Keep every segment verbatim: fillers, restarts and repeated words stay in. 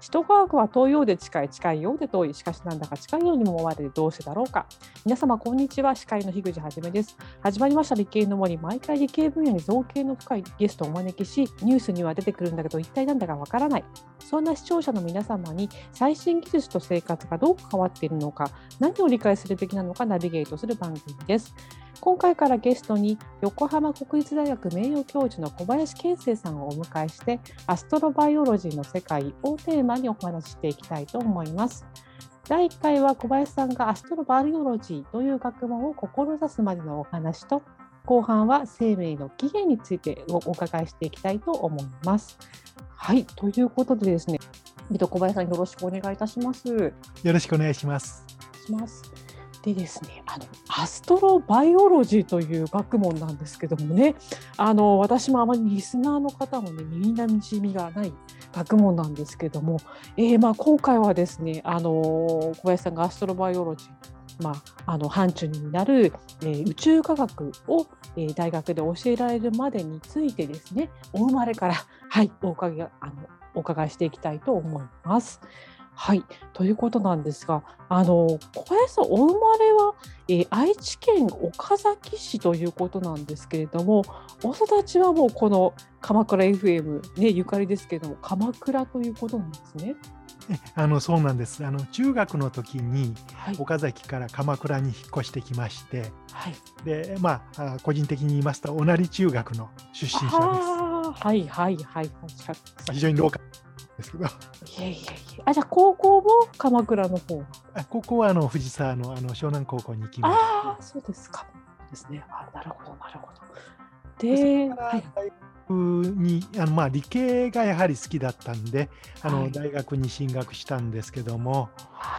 首都科学は遠いようで近い、近いようで遠い、しかしなんだか近いようにも思われる、どうしてだろうか。皆様こんにちは、司会の樋口はじめです。始まりました理系の森。毎回理系分野に造形の深いゲストをお招きし、ニュースには出てくるんだけど一体なんだかわからない、そんな視聴者の皆様に最新技術と生活がどう変わっているのか、何を理解するべきなのかナビゲートする番組です。今回からゲストに横浜国立大学名誉教授の小林健生さんをお迎えして、アストロバイオロジーの世界をテーマにお話ししていきたいと思います。だいいっかいは小林さんがアストロバイオロジーという学問を志すまでのお話と、後半は生命の起源についてお伺いしていきたいと思います。はい、ということでですね、小林さんよろしくお願いいたします。よろしくお願いします。 しますでですね、あのアストロバイオロジーという学問なんですけどもね、あの私もあまりリスナーの方もね、耳なじみがない学問なんですけども、えーまあ、今回はですね、あの小林さんがアストロバイオロジー、まあ、あの範疇になる、えー、宇宙科学を、えー、大学で教えられるまでについてですね、お生まれから、はい、お伺い、あのお伺いしていきたいと思います。はい、ということなんですが、あの小林さん、お生まれは、えー、愛知県岡崎市ということなんですけれども、お育ちはもうこの鎌倉 エフエム、ね、ゆかりですけれども、鎌倉ということなんですね。 あのそうなんです。あの中学の時に岡崎から鎌倉に引っ越してきまして、はい、でまあ、個人的に言いますと、小成中学の出身者です。 はいはいはい。 非常にローカルですけど。いやいやいや。あ、じゃあ高校も鎌倉の方。 あ、高校はあの藤沢のあの湘南高校に行きました。 ああ、そうですか。ですね。あ、なるほどなるほど。で、 はい。にあのまあ理系がやはり好きだったんで、あの大学に進学したんですけども、はい、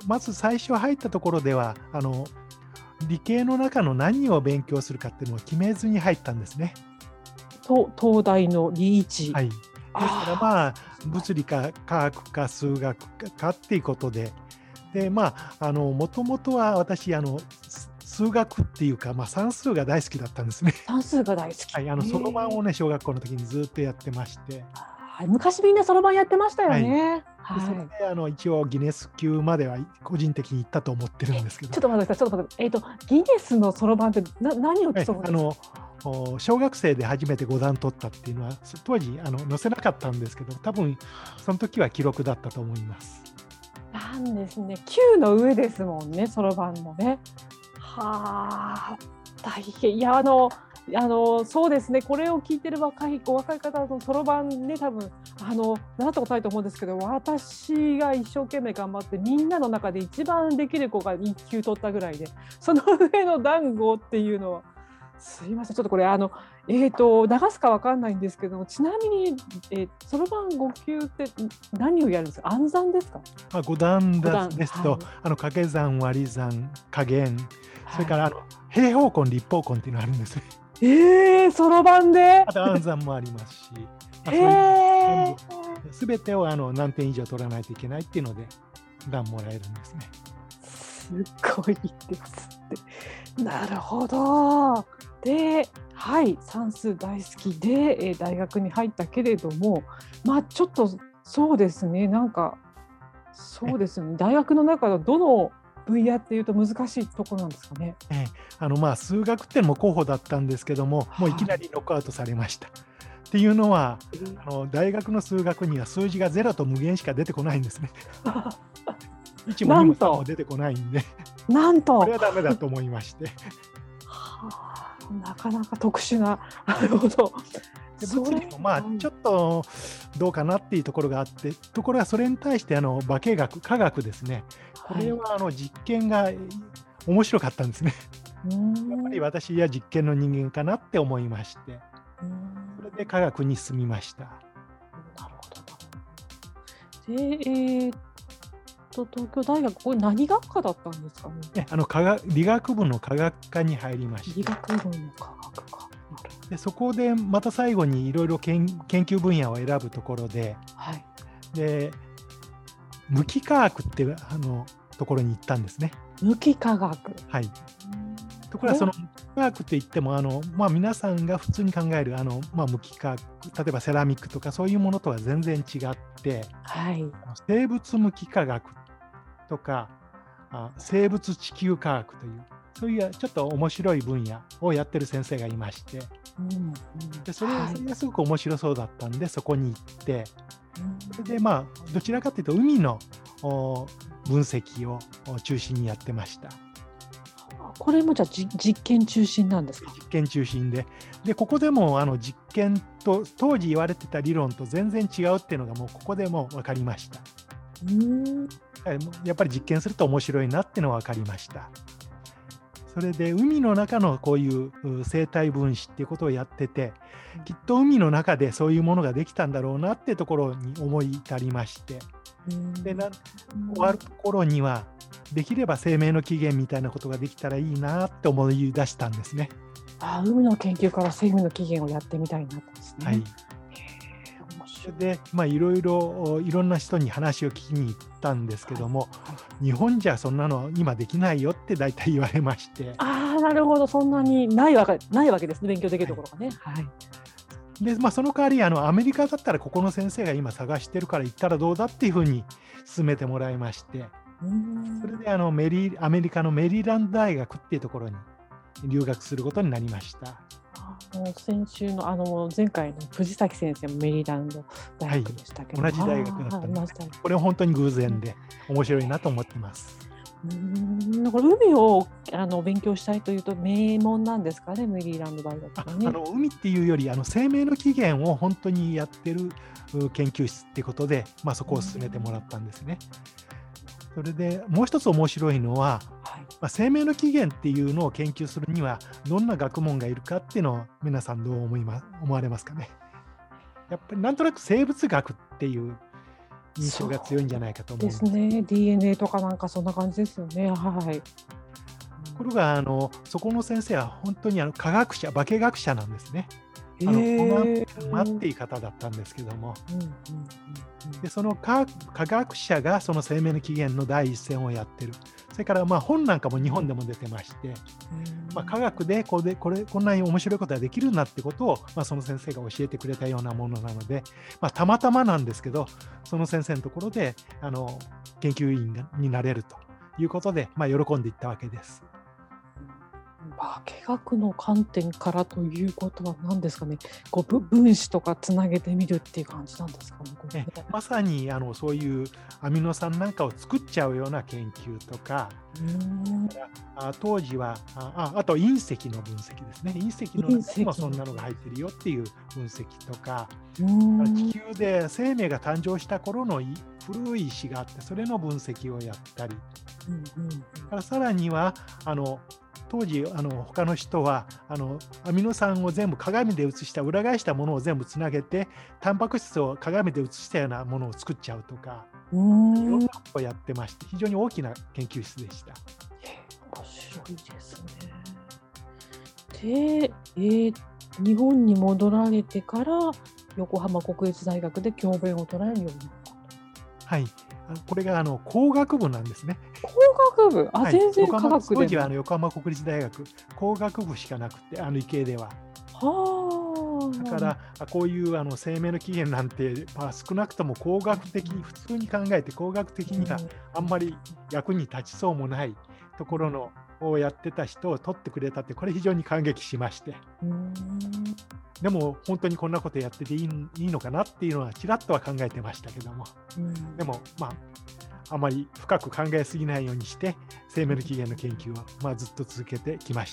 まず最初入ったところではあの理系の中の何を勉強するかっていうのを決めずに入ったんですね。 と東大のリーチ。 はい。ですからまあ物理か科学か数学かっていうことで、でまああのもともとは私あの数学っていうか、まあ、算数が大好きだったんですね。 算数が大好き。 はい、あのそろばんをね、小学校の時にずっとやってまして。 はい、昔みんなそろばんやってましたよね。 はい、でそれであの一応ギネス級までは個人的に行ったと思ってるんですけど。 ちょっと待ってください、ちょっと待って、えっとギネスのそろばんってな何を競うんですか？ あの小学生で初めてご段取ったっていうのは当時あの載せなかったんですけど、多分その時は記録だったと思います。 なんですね。きゅうの上ですもんね、そろばんもね。はあ、大変。いや、あの、あの、そうですね。これを聞いてる若い、若い方のそろばんね、多分、あの、習ったことないと思うんですけど、私が一生懸命頑張って、みんなの中で一番できる子がいっきゅう取ったぐらいで、その上の段ごっていうのは、すいません、ちょっとこれ、あの、えっと、流すかわかんないんですけども、ちなみに、えそろばんご級って何をやるんですか？暗算ですか？ まあ、ご段ですと、はい、あの掛け算、割り算、加減、それからあの平方根、立方根っていうのがあるんですね。 えー、そろばんで？ あと暗算もありますし、まあ、すべてをあの何点以上取らないといけないっていうので段もらえるんですね。 すごいですって。なるほど。で、はい、算数大好きで、えー、大学に入ったけれども、まあちょっとそうですね、なんかそうですね、大学の中のどの分野っていうと難しいところなんですかね。 ええ、あのまあ数学っていうのも候補だったんですけども、もういきなりノックアウトされました。はい、っていうのは、あの大学の数学には数字がゼロと無限しか出てこないんですね。いちもにもさんも出てこないんで、 なんとこれはダメだと思いまして。 はあ、なかなか特殊な、なるほど。 物理もまあちょっとどうかなっていうところがあって、ところがそれに対してあの化学、科学ですね、これはあの実験が面白かったんですね。やっぱり私は実験の人間かなって思いまして、それで科学に進みました。なるほど。で、えー、と東京大学、これ何学科だったんですかね。 あの科学理学部の科学科に入りました。 理学部の科学科。 でそこでまた最後にいろいろ研究分野を選ぶところで、はい、で無機化学っていうあのところに行ったんですね。 無機化学。 はい。 ところがその科学といってもあの、まあ、皆さんが普通に考えるあの、まあ、無機化学、例えばセラミックとかそういうものとは全然違って、 はい、 生物無機化学とかあ生物地球科学というそういうちょっと面白い分野をやってる先生がいまして、 うんうん、 でそれはい、 それがすごく面白そうだったんでそこに行って、 うん、 それでまあどちらかというと海のお分析を中心にやってました。 これもじゃあじ実験中心なんですか？ 実験中心で、でここでもあの実験と当時言われてた理論と全然違うっていうのがもうここでも分かりました。 うーん、 やっぱり実験すると面白いなっていうのが分かりました。それで海の中のこういう生態分子っていうことをやってて、きっと海の中でそういうものができたんだろうなっていうところに思い至りまして、でな終わる頃にはできれば生命の起源みたいなことができたらいいなって思い出したんですね。 あ、海の研究から生命の起源をやってみたいなったんですね。 はい。 へえ、面白い。 で、まあ、いろいろいろんな人に話を聞きに行ったんですけども、日本じゃそんなの今できないよって大体言われまして。 ああ、なるほど、そんなにないわけないわけですね、勉強できるところがね。はい。 でまあ、その代わりあのアメリカだったらここの先生が今探してるから行ったらどうだっていうふうに勧めてもらいまして、それであのメリアメリカのメリーランド大学っていうところに留学することになりました。 あの先週のあの前回の藤崎先生もメリーランド大学でしたけど、 はい、同じ大学だったんで、これは本当に偶然で面白いなと思ってます。 うーん、だから海をあの勉強したいというと名門なんですかね、メリーランド大学はね。 ああの海っていうよりあの生命の起源を本当にやってる研究室っていうことで、まあ、そこを進めてもらったんですね。それでもう一つ面白いのは、はい、まあ、生命の起源っていうのを研究するにはどんな学問がいるかっていうのを皆さんどう思いま思われますかね。やっぱりなんとなく生物学っていう印象が強いんじゃないかと思うんです。 ですね。ディーエヌエー とかなんかそんな感じですよね。はい。 ところがあのそこの先生は本当にあの科学者、化学学者なんですね。あのマっていう方だったんですけども、でその科学者がその生命の起源の第一線をやってる。それからまあ本なんかも日本でも出てまして、まあ、科学でこれこれこんなに面白いことができるんだってことを、まあ、その先生が教えてくれたようなものなので、まあ、たまたまなんですけどその先生のところであの研究員になれるということで、まあ、喜んでいったわけです。 化学の観点からということは何ですかね、こう分子とかつなげてみるっていう感じなんですかね。 ね、まさにあのそういうアミノ酸なんかを作っちゃうような研究とか、あ当時はああと隕石の分析ですね。隕石の中にもそんなのが入ってるよっていう分析とか、地球で生命が誕生した頃の古い石があってそれの分析をやったり、うんうん、からさらにはあの当時あの他の人はあのアミノ酸を全部鏡で写した裏返したものを全部つなげてタンパク質を鏡で写したようなものを作っちゃうとか、いろんなことをやってまして非常に大きな研究室でした。 面白いですね。で、えー、日本に戻られてから横浜国立大学で教鞭を捉えるようになった。 はい、これがあの工学部なんですね。 工学部、あ、はい、全然科学でも。 当時はあの横浜国立大学工学部しかなくて、あの理系では。はあ。だからこういうあの生命の起源なんて、まあ、少なくとも工学的に普通に考えて工学的にはあんまり役に立ちそうもないところのをやってた人を取ってくれたって、これ非常に感激しまして。うん、でも本当にこんなことやってていい、いいのかなっていうのはちらっとは考えてましたけども、うん、でもまああまり深く考えすぎないようにして生命の起源の研究を、まあ、ずっと続けてきました。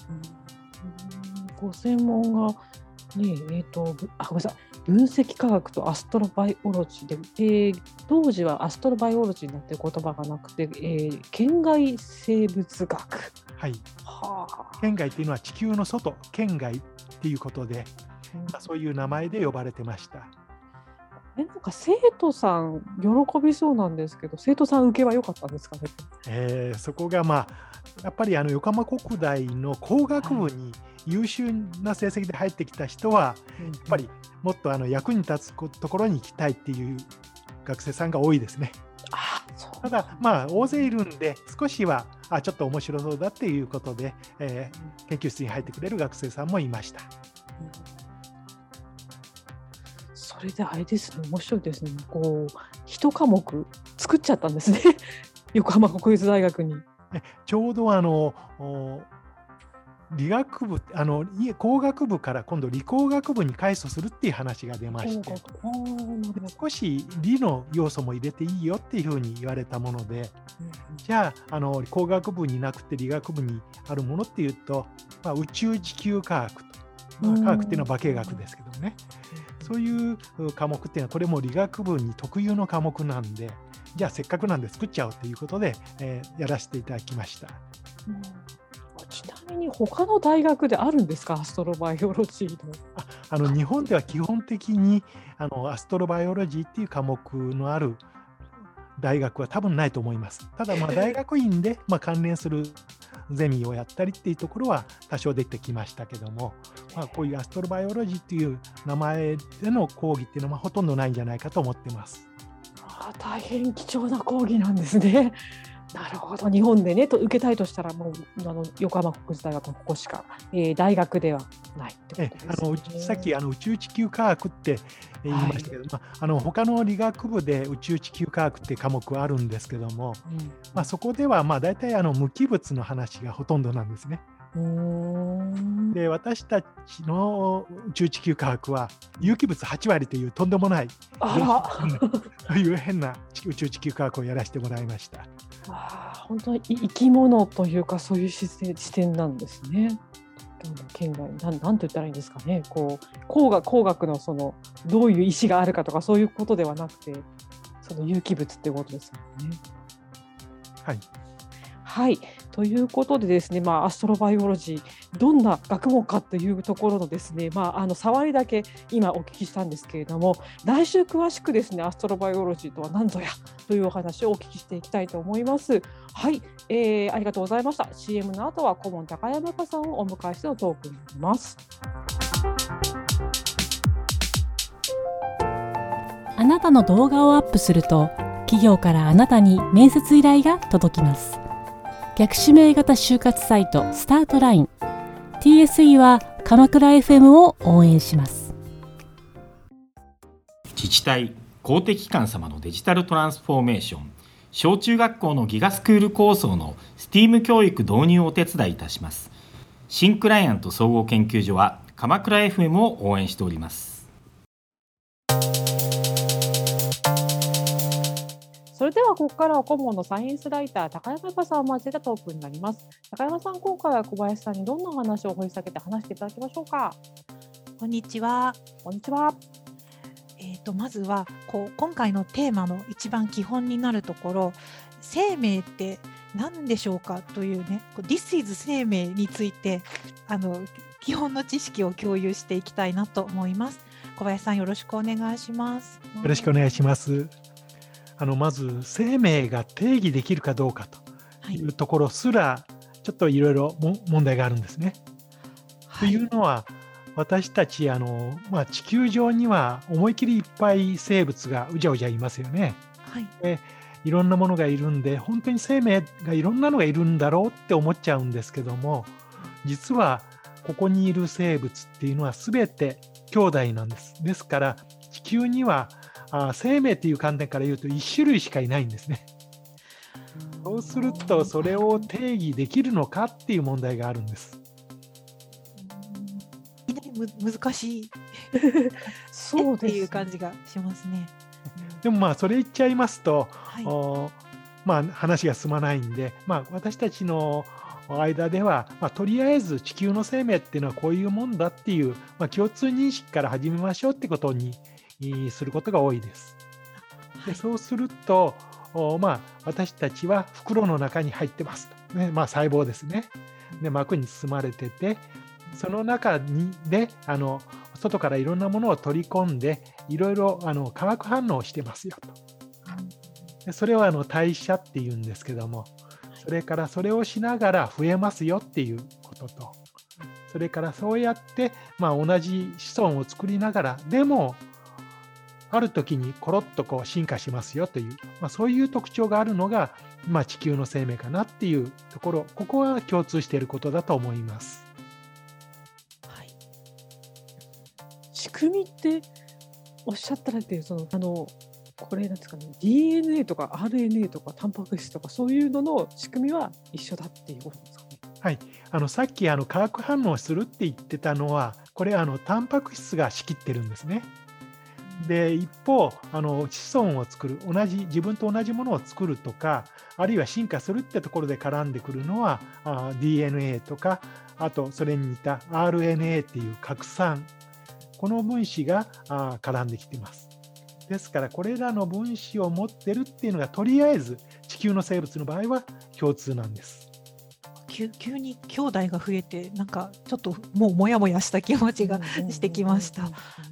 うん、ご専門が、ねえー、とあごめんなさい分析科学とアストロバイオロジーで、えー、当時はアストロバイオロジーなんて言葉がなくて、えー、圏外生物学。 はい、はあ、圏外っていうのは地球の外、圏外っていうことで、うん、まあ、そういう名前で呼ばれてました。 えなんか生徒さん喜びそうなんですけど、生徒さん受けは良かったんですかね。 えー、そこがまあやっぱりあの横浜国大の工学部に優秀な成績で入ってきた人は、はい、やっぱりもっとあの役に立つところに行きたいっていう学生さんが多いですね。あ、そう。ただまあ大勢いるんで少しはあちょっと面白そうだっていうことで、えー、研究室に入ってくれる学生さんもいました。 それであれですね、面白いですね。こう一科目作っちゃったんですね横浜国立大学に。 ちょうどあの理学部あの工学部から今度理工学部に改組するっていう話が出まして、少し理の要素も入れていいよっていうふうに言われたもので、じゃあ、あの工学部になくて理学部にあるものっていうと、まあ、宇宙地球科学と、まあ、科学っていうのは化学ですけどもね、そういう科目っていうのはこれも理学部に特有の科目なんで、じゃあせっかくなんで作っちゃおうということで、えー、やらせていただきました。 うんちなみに他の大学であるんですか、アストロバイオロジーの。 ああの日本では基本的にあのアストロバイオロジーっていう科目のある大学は多分ないと思います。ただまあ大学院でまあ関連するゼミをやったりっていうところは多少出てきましたけども、まあ、こういうアストロバイオロジーっていう名前での講義っていうのはほとんどないんじゃないかと思ってます。 あ大変貴重な講義なんですね。なるほど、日本でねと受けたいとしたらもうあの横浜国立大学のここしか、えー、大学ではないってことですね。 あのさっきあの宇宙地球科学って言いましたけど、はいまあ、あの他の理学部で宇宙地球科学って科目はあるんですけども、うんまあ、そこではまあ大体あの無機物の話がほとんどなんですね。うーんで私たちの宇宙地球科学は有機物はち割というとんでもないという変な宇宙地球科学をやらせてもらいました。 あ本当に生き物というかそういう視点、視点なんですね。県外なん、なんと言ったらいいんですかね。こう工学、工学のそのどういう意思があるかとかそういうことではなくて、その有機物っていうことですよね。 はい。 はい、ということでですね、まあ、アストロバイオロジーどんな学問かというところのですね、まあ、あの触りだけ今お聞きしたんですけれども、来週詳しくですねアストロバイオロジーとは何ぞやというお話をお聞きしていきたいと思います。はい、えー、ありがとうございました。 シーエム の後は顧問高山香さんをお迎えしてのトークになります。 あなたの動画をアップすると企業からあなたに面接依頼が届きます。逆指名型就活サイトスタートライン ティーエスイー は鎌倉 エフエム を応援します。 自治体公的機関様のデジタルトランスフォーメーション、小中学校のギガスクール構想の スティーム 教育導入をお手伝いいたします。新クライアント総合研究所は鎌倉 エフエム を応援しております。 それではここからは顧問のサイエンスライター高山さんを交えたトークになります。高山さん、今回は小林さんにどんなお話を掘り下げて話していただきましょうか。 こんにちは。 こんにちは。 えーと、まずはこう今回のテーマの一番基本になるところ、生命って何でしょうかというね、This is 生命についてあの基本の知識を共有していきたいなと思います。小林さん、よろしくお願いします。 よろしくお願いします。あのまず生命が定義できるかどうかというところすらちょっといろいろ問題があるんですね。はい、というのは私たちあの、まあ、地球上には思い切りいっぱい生物がうじゃうじゃいますよね。はい、でいろんなものがいるんで本当に生命がいろんなのがいるんだろうって思っちゃうんですけども、実はここにいる生物っていうのは全て兄弟なんです。ですから地球にはあ生命という観点から言うといち種類しかいないんですね。そうするとそれを定義できるのかっていう問題があるんです。 む難しいそうです、ね、 っていう感じがしますね。 でもまあそれ言っちゃいますと、はい、まあ話が進まないんで、まあ、私たちの間では、まあ、とりあえず地球の生命っていうのはこういうもんだっていう、まあ、共通認識から始めましょうってことにすることが多いです。でそうすると、まあ、私たちは袋の中に入ってますと、ねまあ、細胞ですね。で膜に包まれてて、その中にであの外からいろんなものを取り込んでいろいろあの化学反応をしてますよと。でそれはあの代謝っていうんですけども、それからそれをしながら増えますよっていうことと、それからそうやって、まあ、同じ子孫を作りながらでもある時にコロッとこう進化しますよという、まあ、そういう特徴があるのが、まあ、地球の生命かなっていうところ、ここは共通していることだと思います。 はい、仕組みっておっしゃったらってそのあのこれなんですかね、 ディーエヌエー とか アールエヌエー とかタンパク質とかそういうのの仕組みは一緒だっていうことですかね。 はい、あのさっきあの化学反応するって言ってたのは、これあのタンパク質が仕切ってるんですね。で一方あの子孫を作る、同じ自分と同じものを作るとか、あるいは進化するってところで絡んでくるのはあ ディーエヌエー とか、あとそれに似た アールエヌエー っていう核酸、この分子があ絡んできています。ですからこれらの分子を持ってるっていうのがとりあえず地球の生物の場合は共通なんです。 急急に兄弟が増えて、なんかちょっともうモヤモヤした気持ちがしてきました。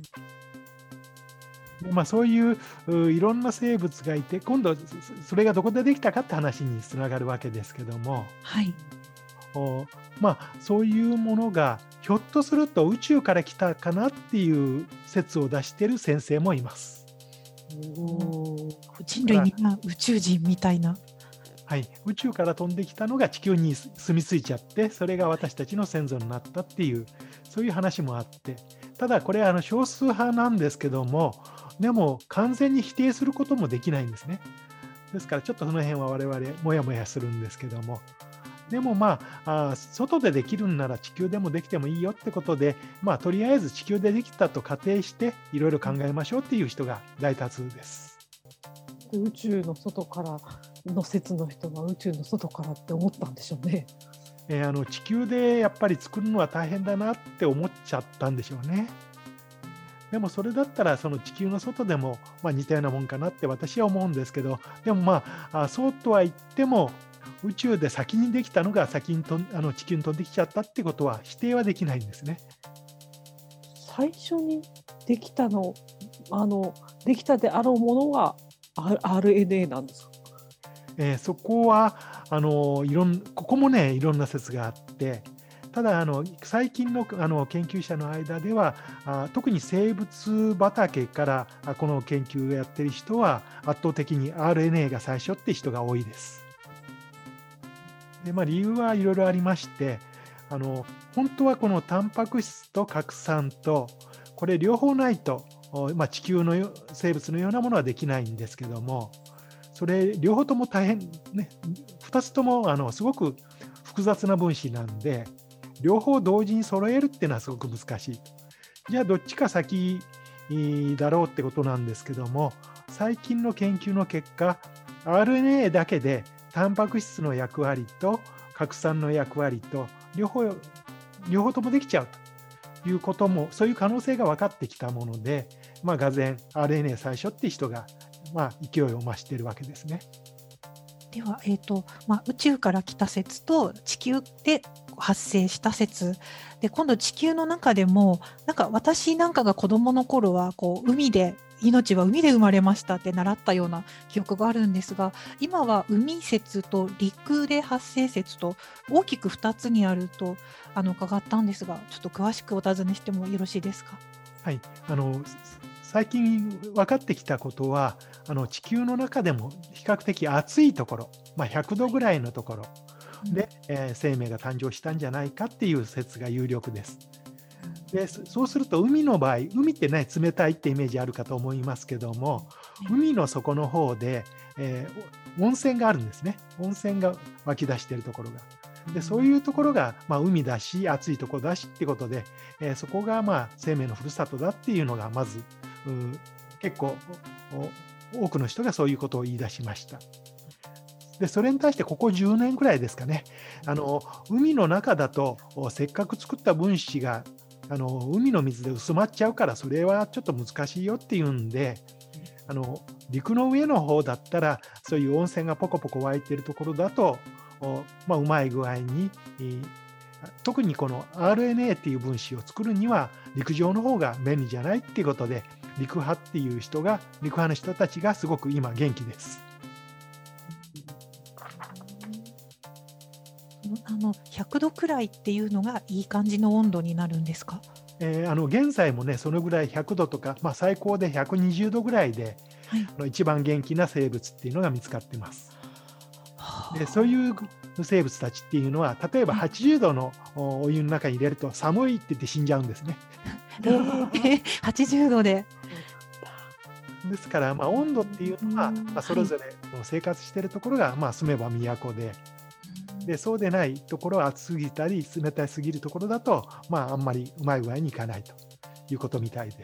まあ、そういうういろんな生物がいて、今度そそれがどこでできたかって話につながるわけですけども、 はい。 おまあ、そういうものがひょっとすると宇宙から来たかなっていう説を出している先生もいます。 お人類みんな宇宙人みたいな。 はい、宇宙から飛んできたのが地球に住み着いちゃって、それが私たちの先祖になったっていう、そういう話もあって、ただこれあの少数派なんですけども、でも完全に否定することもできないんですね。ですからちょっとその辺は我々もやもやするんですけども、でもまあ、あ外でできるんなら地球でもできてもいいよってことで、まあとりあえず地球でできたと仮定していろいろ考えましょうっていう人が大多数です。 で宇宙の外からの説の人は宇宙の外からって思ったんでしょうね。 えーあの地球でやっぱり作るのは大変だなって思っちゃったんでしょうね。でもそれだったらその地球の外でもまあ似たようなもんかなって私は思うんですけど、でもまああそうとは言っても宇宙で先にできたのが先にとんあの地球に飛んできちゃったってことは否定はできないんですね。 最初にできたのあのできたであろうものが アールエヌエー なんですか。 えーそこはあのいろんここもねいろんな説があって、ただあの最近のあの研究者の間ではあ特に生物畑からあこの研究をやってる人は圧倒的に アールエヌエー が最初って人が多いです。でまあ、理由はいろいろありまして、あの本当はこのタンパク質と核酸とこれ両方ないと、おまあ、地球のよ生物のようなものはできないんですけども、それ両方とも大変ね、ふたつともあのすごく複雑な分子なんで、両方同時に揃えるっていうのはすごく難しい。じゃあどっちか先だろうってことなんですけども、最近の研究の結果 アールエヌエー だけでタンパク質の役割と核酸の役割と両方両方ともできちゃうということも、そういう可能性が分かってきたもので、まあ、がぜん アールエヌエー 最初っていう人が、まあ、勢いを増しているわけですね。 では、えーとまあ、宇宙から来た説と地球で発生した説で、今度地球の中でもなんか私なんかが子どもの頃はこう海で命は海で生まれましたって習ったような記憶があるんですが、今は海説と陸で発生説と大きくふたつにあるとあの伺ったんですが、ちょっと詳しくお尋ねしてもよろしいですか。 はい、あの最近分かってきたことは、あの地球の中でも比較的暑いところ、まあ、ひゃくどぐらいのところで、えー生命が誕生したんじゃないかっていう説が有力です。でそそうすると海の場合、海ってね冷たいってイメージあるかと思いますけども、海の底の方で、えー温泉があるんですね。温泉が湧き出しているところが。でそういうところが、まあ、海だし暑いところだしってことで、えーそこが、まあ、生命のふるさとだっていうのがまずう結構お多くの人がそういうことを言い出しました。でそれに対してここじゅうねんくらいですかね、あの海の中だとおせっかく作った分子があの海の水で薄まっちゃうから、それはちょっと難しいよっていうんで、あの陸の上の方だったらそういう温泉がポコポコ湧いているところだと、おまあ、うまい具合に、えー特にこの アールエヌエー っていう分子を作るには陸上の方が便利じゃないっていうことで、陸派っていう人が陸派の人たちがすごく今元気です。 あのひゃくどくらいっていうのがいい感じの温度になるんですか。 えーあの現在もね、そのぐらいひゃくどとか、まあ、最高でひゃくにじゅうどぐらいで、 はい。 あの一番元気な生物っていうのが見つかってます。 はあ。 でそういう生物たちっていうのは、例えばはい。 はちじゅうどのおお湯の中に入れると寒いって言って死んじゃうんですね。 ええ、はちじゅうどで。 ですから、まあ、温度っていうのは、まあ、そはい。 れぞれの生活しているところが、まあ、住めば都で、でそうでないところは暑すぎたり冷たすぎるところだと、まあ、あんまりうまい具合にいかないということみたいです。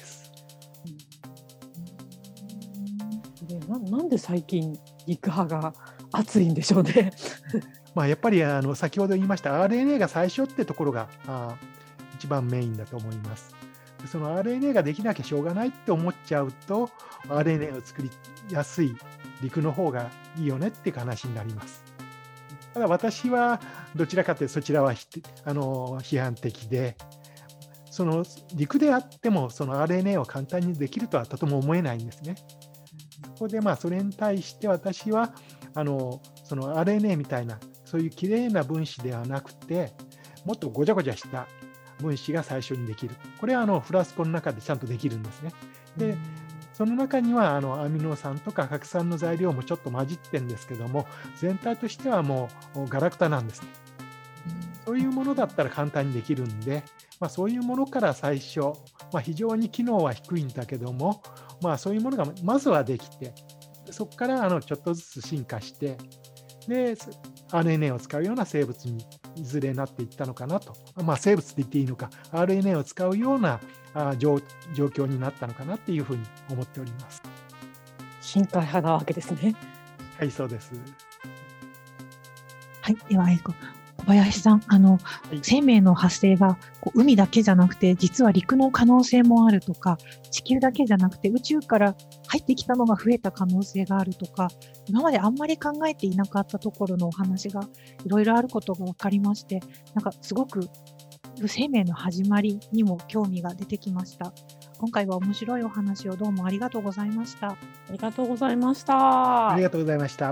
でななんで最近陸派が熱いんでしょうね。 まあ、やっぱりあの先ほど言いました アールエヌエー が最初ってところがあ一番メインだと思います。でその アールエヌエー ができなきゃしょうがないって思っちゃうと アールエヌエー を作りやすい陸の方がいいよねっていう話になります。ただ私はどちらかというとそちらはひあの批判的で、その陸であってもその アールエヌエー を簡単にできるとはとても思えないんですね。そこでまあそれに対して私はあのその アールエヌエー みたいなそういうきれいな分子ではなくて、もっとごちゃごちゃした分子が最初にできる。これはあのフラスコの中でちゃんとできるんですね。でその中にはあのアミノ酸とか核酸の材料もちょっと混じってるんですけども、全体としてはもうガラクタなんですね。そういうものだったら簡単にできるんで、まあ、そういうものから最初、まあ、非常に機能は低いんだけども、まあ、そういうものがまずはできて、そこからあのちょっとずつ進化して、で アールエヌエー を使うような生物にいずれなっていったのかなと、まあ、生物って言っていいのか、アールエヌエー を使うようなあ状状況になったのかなっていうふうに思っております。 深海派なわけですね。 はい、そうです。 はい、では、えーこ小林さん、あの、 はい生命の発生がこう海だけじゃなくて、実は陸の可能性もあるとか、地球だけじゃなくて宇宙から入ってきたのが増えた可能性があるとか、今まであんまり考えていなかったところのお話がいろいろあることが分かりまして、なんかすごく生命の始まりにも興味が出てきました。今回は面白いお話をどうもありがとうございました。 ありがとうございましあたり。がとうございました。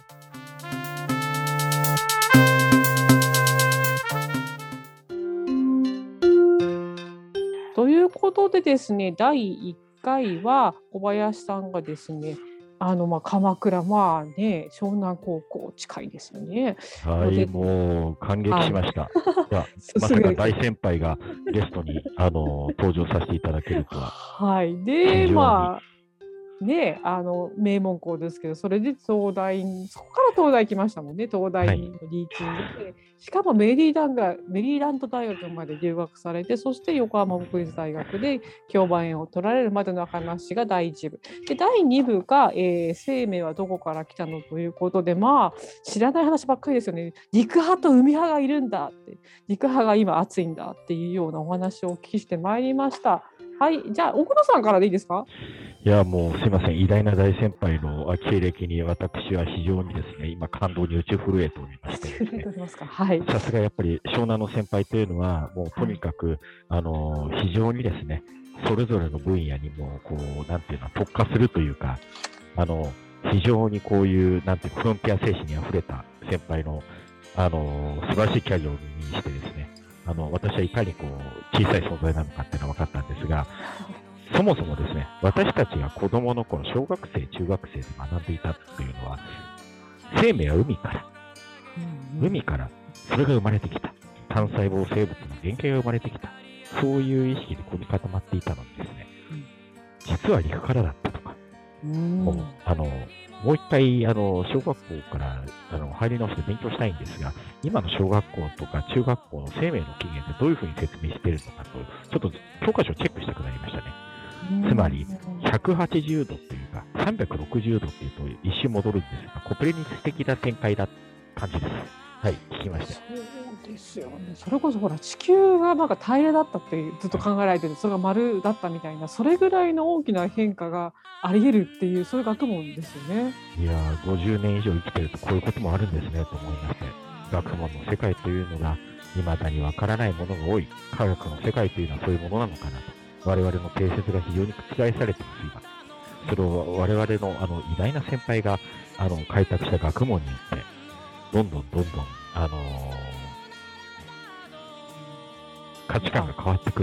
ということでですね、だいいっかいは小林さんがですね、あのまあ鎌倉、まあね、湘南高校近いですよね。 はい、 でもう感激しました。いや、 すまさかぐ大先輩がゲストにあの登場させていただけるとは。 はい。で、 非常にまあ、ね、あの名門校ですけど、それで東大に、そこから東大来ましたもんね、東大にリーチングで、しかもメリーランドメリーランド大学まで留学されて、そして横浜国立大学で教鞭を取られるまでの話がだいいち部。で、だいに部が、えー生命はどこから来たのということで、まあ、知らない話ばっかりですよね。陸派と海派がいるんだって、陸派が今熱いんだっていうようなお話をお聞きしてまいりました。はい、じゃあ奥野さんからでいいですか？ いや、もうすいません、偉大な大先輩のあ経歴に私は非常にですね、今感動に打ち震えておりましてですね、 ますか？はい。 さすがやっぱり湘南の先輩というのは、もうとにかく、あの非常にですね、それぞれの分野にもこうなんていうの特化するというか、あの非常にこういうなんていうフロンティア精神にあふれた先輩のあの素晴らしいキャリアを身にしてですね、あの私はいかにこう小さい存在なのかっていうのが分かったんですが、そもそもですね、私たちが子供の頃、小学生、中学生で学んでいたっていうのは、生命は海から、海からそれが生まれてきた。単細胞生物の原型が生まれてきた。そういう意識でここに固まっていたのにですね、実は陸からだったとか、もうあのもう一回あの小学校からあの入り直して勉強したいんですが、今の小学校とか中学校の生命の起源ってどういうふうに説明しているのかと、ちょっと教科書をチェックしたくなりましたね。つまり、ひゃくはちじゅうどというか、さんびゃくろくじゅうどっていうと一瞬戻るんですが、コペルニクス的な展開だ感じです。はい、聞きました。 そうですよね。それこそほら地球がなんか平らだったってずっと考えられてる、それが丸だったみたいな、それぐらいの大きな変化があり得るっていう、そういう学問ですよね。 いやー、ごじゅうねん以上生きてるとこういうこともあるんですねと思いまして、学問の世界というのが未だにわからないものが多い、科学の世界というのはそういうものなのかなと、我々の定説が非常に覆されてます、今。それを我々のあの偉大な先輩があの開拓した学問によって、どんどんどんどん、あのー、価値観が変わってくる。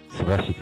素晴らしいです。 素晴らしいです。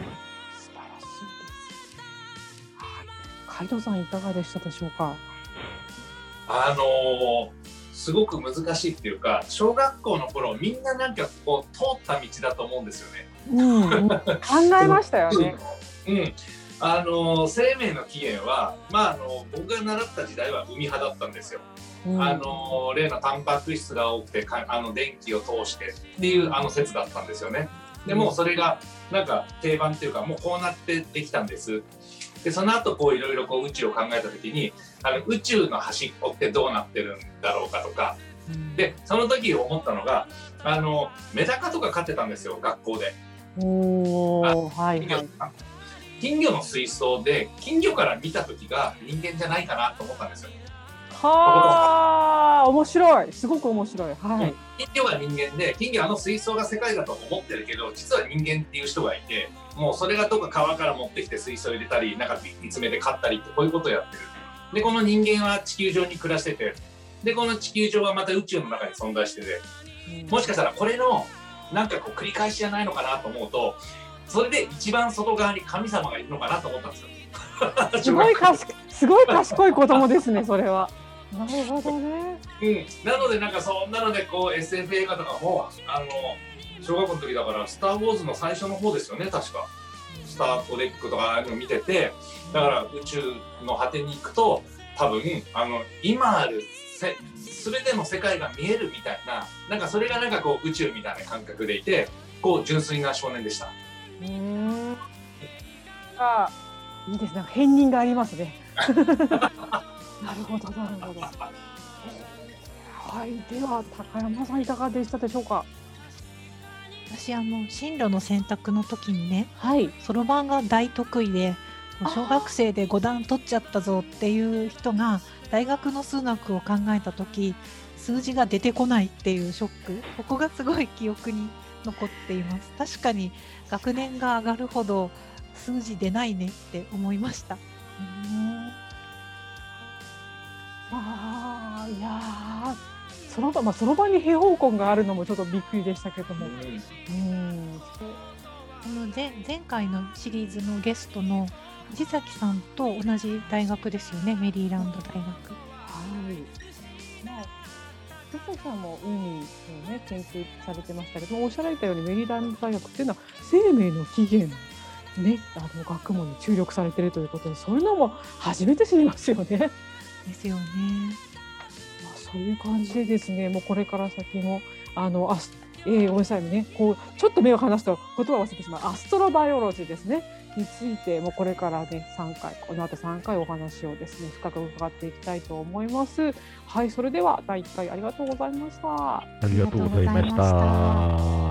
はい、海藤さんいかがでしたでしょうか。 あのー、すごく難しいっていうか、小学校の頃みんななんかこう通った道だと思うんですよね。 うん、考えましたよね。 うん、あのー、生命の起源は、まあ、あの僕が習った時代は海派だったんですよ。うん、あのー、例のタンパク質が多くてかあの電気を通してっていうあの説だったんですよね。でもそれがなんか定番っていうか、もうこうなってできたんです。でその後こういろいろこう宇宙を考えた時に、あの宇宙の端っこってどうなってるんだろうかとか、うん、でその時思ったのが、あのメダカとか飼ってたんですよ、学校で。 おー、はいはい。 金魚の水槽で金魚から見た時が人間じゃないかなと思ったんですよ。 はあ、面白い、すごく面白い。はい。 金魚が人間で、金魚あの水槽が世界だと思ってるけど、実は人間っていう人がいて、もうそれがどっか川から持ってきて水槽入れたり、なんか見つめて飼ったりって、こういうことをやってる。でこの人間は地球上に暮らしてて、でこの地球上はまた宇宙の中に存在してて、もしかしたらこれのなんかこう繰り返しじゃないのかなと思うと、それで一番外側に神様がいるのかなと思ったんですよ。 すごい賢い、すごい賢い子供ですね、それは。なるほどね。 うん、なのでなんかそんなのでこう エスエフ 映画とかも、あの小学校の時だから「スター・ウォーズ」の最初の方ですよね、確か。スター・トレックとかああいうの見てて、だから宇宙の果てに行くと多分あの今あるせ全ての世界が見えるみたいな、なんかそれがなんかこう宇宙みたいな感覚でいて、こう純粋な少年でした。うーん、あ、いいですね、片鱗がありますね。なるほどなるほど。はい、では高山さんいかがでしたでしょうか。 私あの進路の選択の時にね、 はい、 そろばんが大得意で、小学生でご段取っちゃったぞっていう人が大学の数学を考えた時、数字が出てこないっていうショック、ここがすごい記憶に残っています。確かに学年が上がるほど数字出ないねって思いました。うーん、 あー、いやー、そろばん、まあ、そろばんに平方根があるのもちょっとびっくりでしたけども、うん、 この 前, 前回のシリーズのゲストの藤崎さんと同じ大学ですよね、メリーランド大学。はい、 まあ、藤崎さんも海をね研究されてましたけども、おっしゃられたようにメリーランド大学っていうのは生命の起源ね、あの学問に注力されているということで、そういうのも初めて知りますよね。 ですよね。 まあ、そういう感じでですね、もうこれから先のあのあ、えー、ごめんなさいね、こうちょっと目を離すと言葉を忘れてしまうアストロバイオロジーですねについて、もうこれからねさんかい、この後さんかいお話をですね深く伺っていきたいと思います。はい、それではだいいっかいありがとうございました。 ありがとうございました。